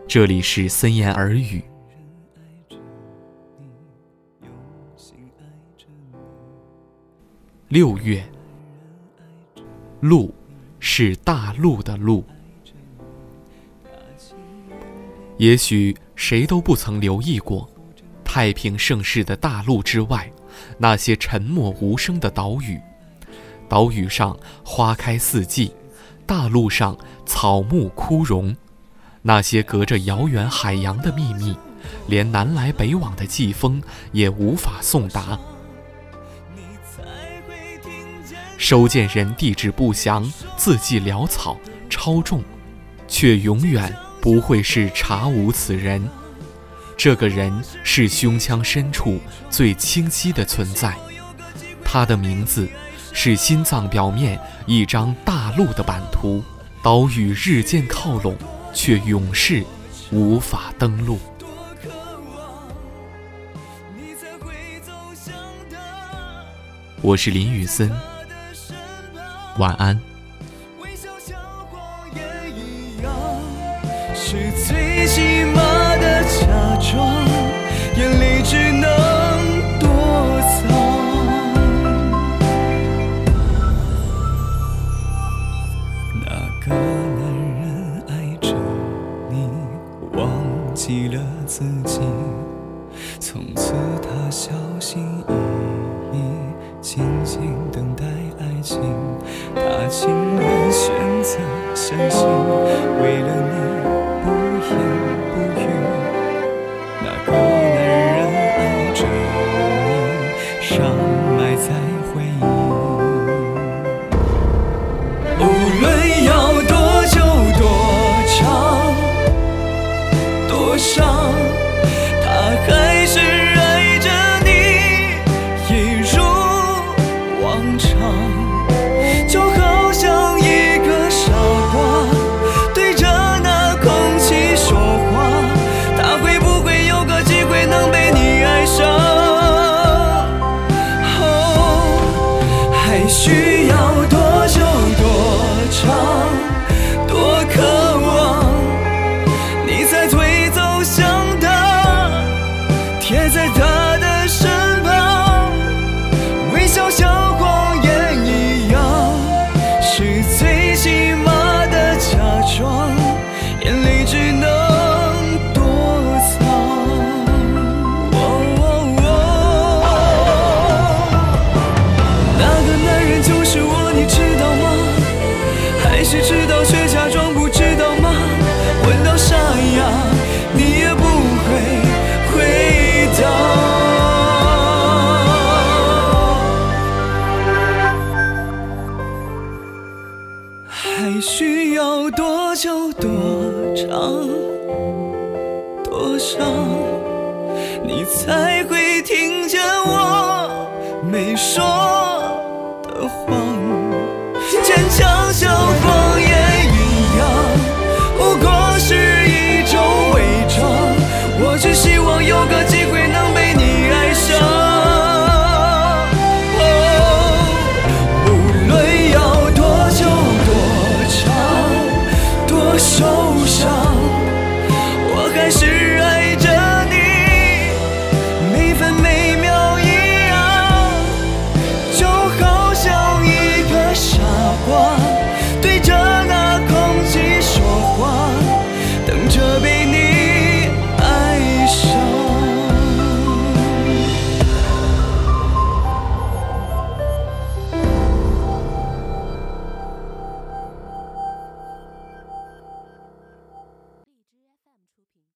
这里是森言耳语。6月，陆是大陆的陆。也许谁都不曾留意过，太平盛世的大陆之外，那些沉默无声的岛屿。岛屿上花开四季，大陆上草木枯荣。那些隔着遥远海洋的秘密，连南来北往的季风也无法送达。收件人地址不详，字迹潦草，超重，却永远不会是查无此人。这个人是胸腔深处最清晰的存在，他的名字是心脏表面一张大陆的版图。岛屿日渐靠拢，却永世无法登陆。我是林宇森，晚安。 是最起码的假装，眼里只能躲藏。那个男人爱着你，忘记了自己，从此他小心翼翼，静静等待爱情。他情愿选择相信，为了你不言不语。那个男人爱着你，伤埋在回忆。无论要多久多长多伤，他还是爱着你，一如往常。就好像一个傻瓜对着那空气说话，他会不会有个机会能被你爱上？还需要多久多长多渴望，你才会走向他，贴在他的身旁，微笑像谎言一样，是最起码的假装，眼里只能躲藏。那个男人就是我，你知道吗？还是知道却假装不知道吗？问到沙哑，你也不会回答。还需要多久多长多伤，你才会听见我没说的谎？坚强像谎言